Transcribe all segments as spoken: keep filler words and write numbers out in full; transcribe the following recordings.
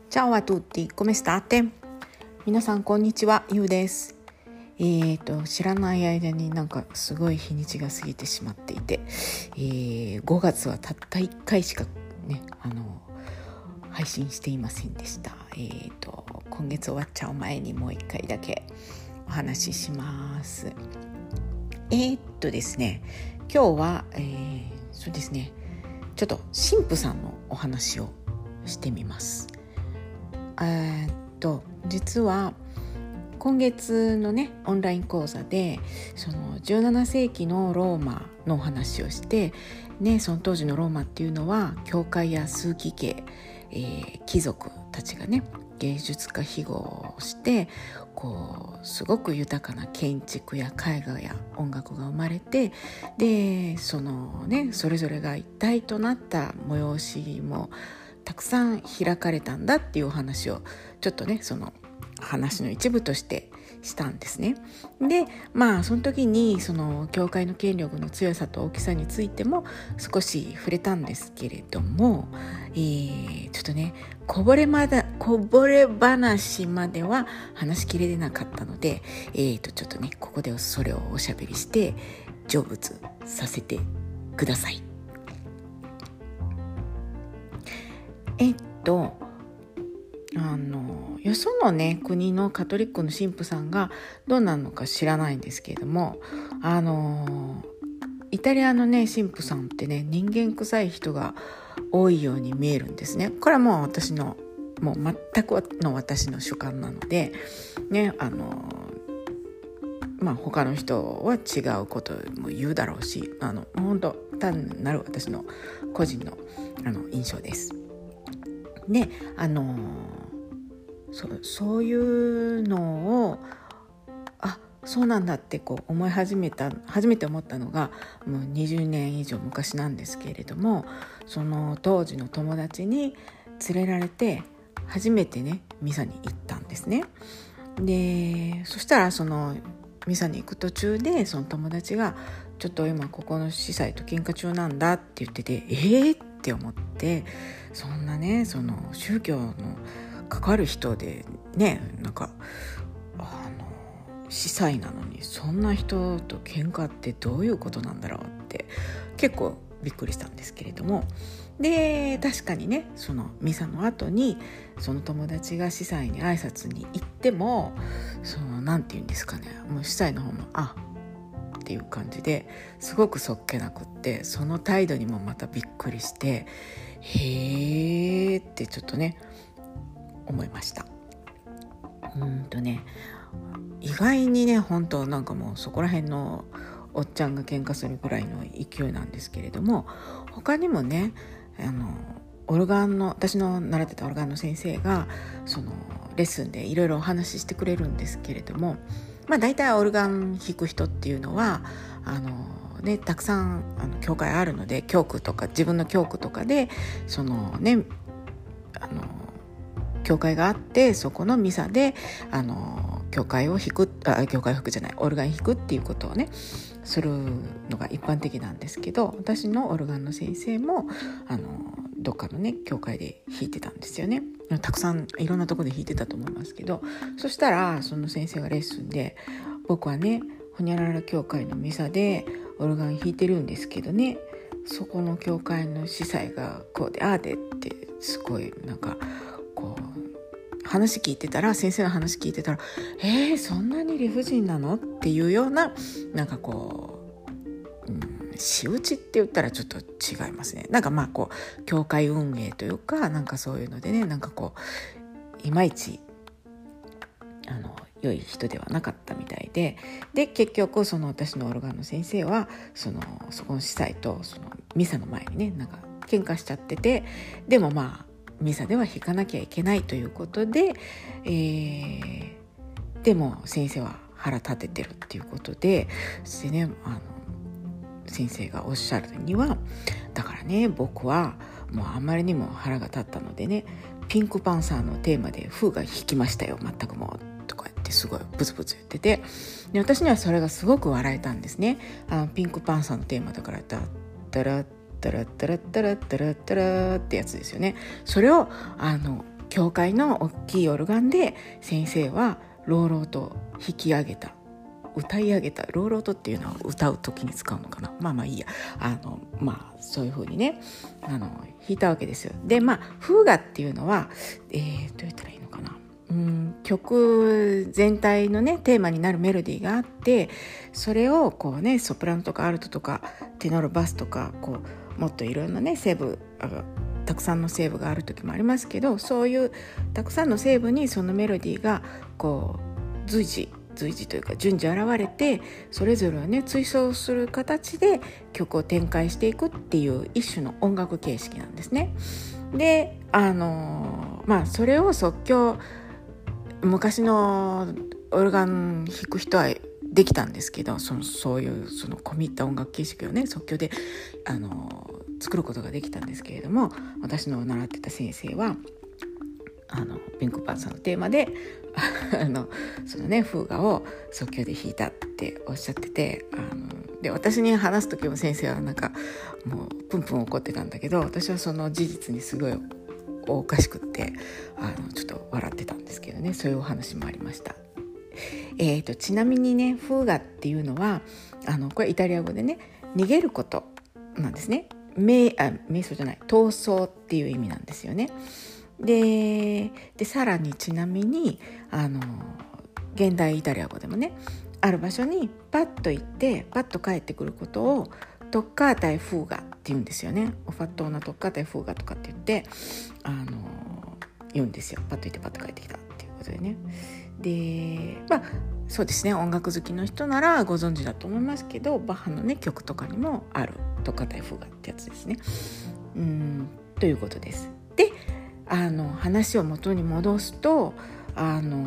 Ciao a tutti, come state? 皆さんこんにちは、ゆうです。えーと知らない間になんかすごい日にちが過ぎてしまっていて、えー、ごがつはたったいっかいしかねあの配信していませんでした。えーと今月終わっちゃう前にもういっかいだけお話しします。えーっとですね今日は、えー、そうですねちょっと神父さんのお話をしてみます。えーっと実は今月のねオンライン講座でそのじゅうななせいきのローマのお話をして、ね、その当時のローマっていうのは教会や枢機卿、えー、貴族たちがね芸術家庇護をしてこうすごく豊かな建築や絵画や音楽が生まれて、でそのねそれぞれが一体となった催しもたくさん開かれたんだっていうお話をちょっとねその話の一部としてしたんですね。でまあその時にその教会の権力の強さと大きさについても少し触れたんですけれども、えー、ちょっとねこぼれまだこぼれ話までは話しきれなかったので、えー、とちょっとねここでそれをおしゃべりして成仏させてください。えっとあのよそのね国のカトリックの神父さんがどうなのか知らないんですけれども、あのイタリアのね神父さんってね人間臭い人が多いように見えるんですね。これはもう私のもう全くの私の主観なのでね、あのまあ他の人は違うことも言うだろうし、あの本当単なる私の個人のあの印象です。であのそ, そういうのをあそうなんだってこう思い始めた初めて思ったのがもうにじゅうねん以上昔なんですけれども、その当時の友達に連れられて初めてねミサに行ったんですね。でそしたらそのミサに行く途中でその友達がちょっと今ここの司祭と喧嘩中なんだって言ってて、えーって思って、そんなねその宗教の関わる人でねなんかあの司祭なのにそんな人と喧嘩ってどういうことなんだろうって結構びっくりしたんですけれども、で確かにねそのミサの後にその友達が司祭に挨拶に行ってもそのなんて言うんですかね、もう司祭の方もあっていう感じですごくそっけなくって、その態度にもまたびっくりして、へーってちょっとね思いました。うんとね意外にね本当なんかもうそこら辺のおっちゃんが喧嘩するぐらいの勢いなんですけれども、他にもねあのオルガンの私の習ってたオルガンの先生がそのレッスンでいろいろお話ししてくれるんですけれども、まあ大体オルガン弾く人っていうのはあのねたくさんあの教会あるので教区とか自分の教区とかでそのねあの教会があってそこのミサであの教会を弾くあ教会を弾くじゃないオルガン弾くっていうことをねするのが一般的なんですけど、私のオルガンの先生もあのどっかのね教会で弾いてたんですよね。たくさんいろんなところで弾いてたと思いますけど、そしたらその先生がレッスンで僕はねホニャララ教会のミサでオルガン弾いてるんですけどね、そこの教会の司祭がこうでああでってすごいなんかこう話聞いてたら先生の話聞いてたらえー、そんなに理不尽なのっていうようななんかこう、うん、仕打ちって言ったらちょっと違いますね。なんかまあこう教会運営というかなんかそういうのでねなんかこういまいちあの良い人ではなかったみたいで、で結局その私のオルガンの先生はそのそこの司祭とそのミサの前にねなんか喧嘩しちゃってて、でもまあミサでは弾かなきゃいけないということで、えー、でも先生は腹立ててるっていうことで、そしてねあの先生がおっしゃるにはだからね僕はもうあまりにも腹が立ったのでねピンクパンサーのテーマでフーが弾きましたよ全くもうとか言ってすごいブツブツ言ってて、で私にはそれがすごく笑えたんですね。あのピンクパンサーのテーマだからダッダラッタラッタラッタラッタラッタラってやつですよね。それをあの教会の大きいオルガンで先生は朗々と弾き上げた、歌い上げた、朗々とっていうのは歌う時に使うのかな、まあまあいいや、あのまあそういう風にねあの弾いたわけですよ。でまあフーガっていうのは、えー、どう言ったらいいのかな、うん曲全体のねテーマになるメロディーがあって、それをこうねソプラノとかアルトとかテノールバスとかこうもっといろんなねセーブたくさんのセーブがある時もありますけど、そういうたくさんのセーブにそのメロディーがこう随時随時というか順次現れて、それぞれをね追走する形で曲を展開していくっていう一種の音楽形式なんですね。であのまあそれを即興、昔のオルガン弾く人はできたんですけど、そのそういうその込み入った音楽形式をね即興であの作ることができたんですけれども、私の習ってた先生はあのピンクパンサーのテーマであのそのねフーガを即興で弾いたっておっしゃってて、あので私に話す時も先生はなんかもうプンプン怒ってたんだけど、私はその事実にすごいおかしくってあのちょっと笑ってたんですけどね、そういうお話もありました。えーと、ちなみにねフーガっていうのはあのこれイタリア語でね逃げることなんですね。めあ瞑想じゃない逃走っていう意味なんですよね。で, でさらにちなみにあの現代イタリア語でもねある場所にパッと行ってパッと帰ってくることをトッカータイフーガって言うんですよね。オファットーナトッカータイフーガとかって言ってあの言うんですよ。パッと行ってパッと帰ってきたっていうことでね。でまあそうですね、音楽好きの人ならご存知だと思いますけど、バッハのね曲とかにもあるトッカータイフーガってやつですね。うんということです。であの話を元に戻すとあの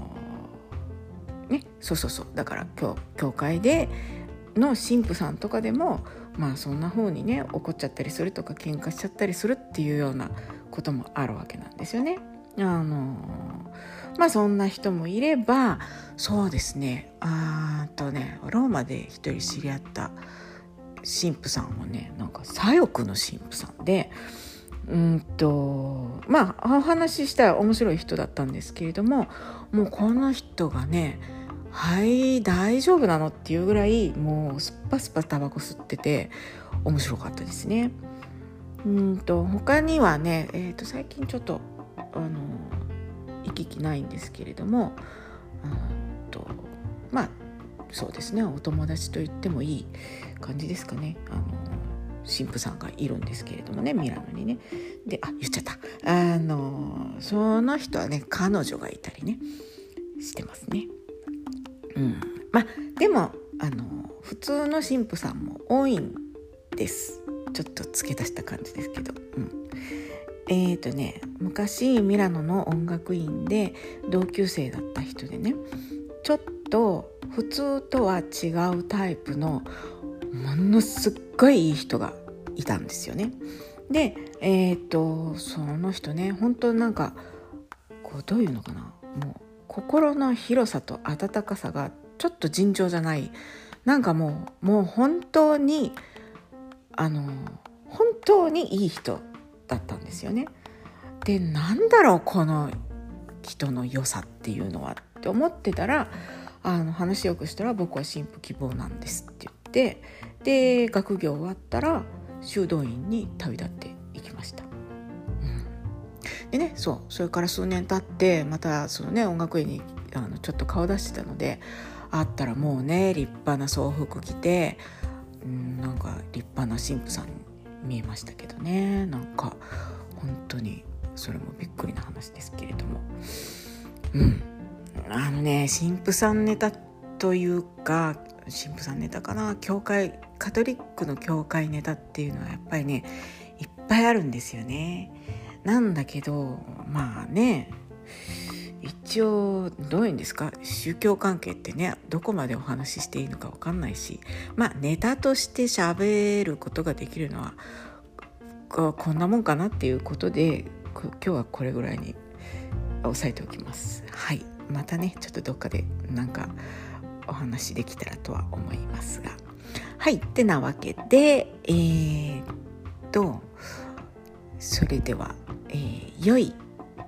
ねそうそうそうだから教教会での神父さんとかでもまあそんな風にね怒っちゃったりするとか喧嘩しちゃったりするっていうようなこともあるわけなんですよね。あのまあそんな人もいれば、そうですねあとねローマで一人知り合った神父さんはねなんか左翼の神父さんでうんとまあお話ししたら面白い人だったんですけれども、もうこの人がねはい大丈夫なのっていうぐらいもうスッパスパタバコ吸ってて面白かったですね。うんと他にはね、えー、と最近ちょっとあの行き来ないんですけれども、うんとまあそうですねお友達と言ってもいい感じですかね。あの神父さんがいるんですけれどもねミラノにね。であ言っちゃったあのその人はね彼女がいたりねしてますね。うんまあでもあの普通の神父さんも多いんです。ちょっと付け足した感じですけど、うん、えーとね昔ミラノの音楽院で同級生だった人でね、ちょっと普通とは違うタイプのものすっごいいい人がいたんですよね。でえーとその人ね本当なんかこうどういうのかな、もう心の広さと温かさがちょっと尋常じゃない、なんかもうもう本当にあの本当にいい人だったんですよね。でなんだろうこの人の良さっていうのはって思ってたら、あの話よくしたら僕は神父希望なんですって言って、で学業終わったら修道院に旅立っていきました。でね、そうそれから数年経ってまたそのね音楽院にあのちょっと顔出してたので会ったらもうね立派な装服着て、うん、なんか立派な神父さんに見えましたけどね。なんか本当にそれもびっくりな話ですけれども、うんあのね神父さんネタというか神父さんネタかな、教会カトリックの教会ネタっていうのはやっぱりねいっぱいあるんですよね。なんだけどまあね一応どういうんですか、宗教関係ってねどこまでお話ししていいのか分かんないし、まあネタとして喋ることができるのはこんなもんかなっていうことで今日はこれぐらいに押さえておきます。はい、またねちょっとどっかでなんかお話できたらとは思いますが、はいってなわけでえー、っとそれでは、えー、良い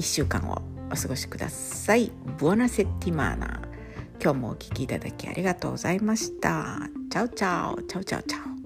いっしゅうかんをお過ごしください。ブオナセッティマーナ。今日もお聞きいただきありがとうございました。チャオチャオチャオチャオチャオ。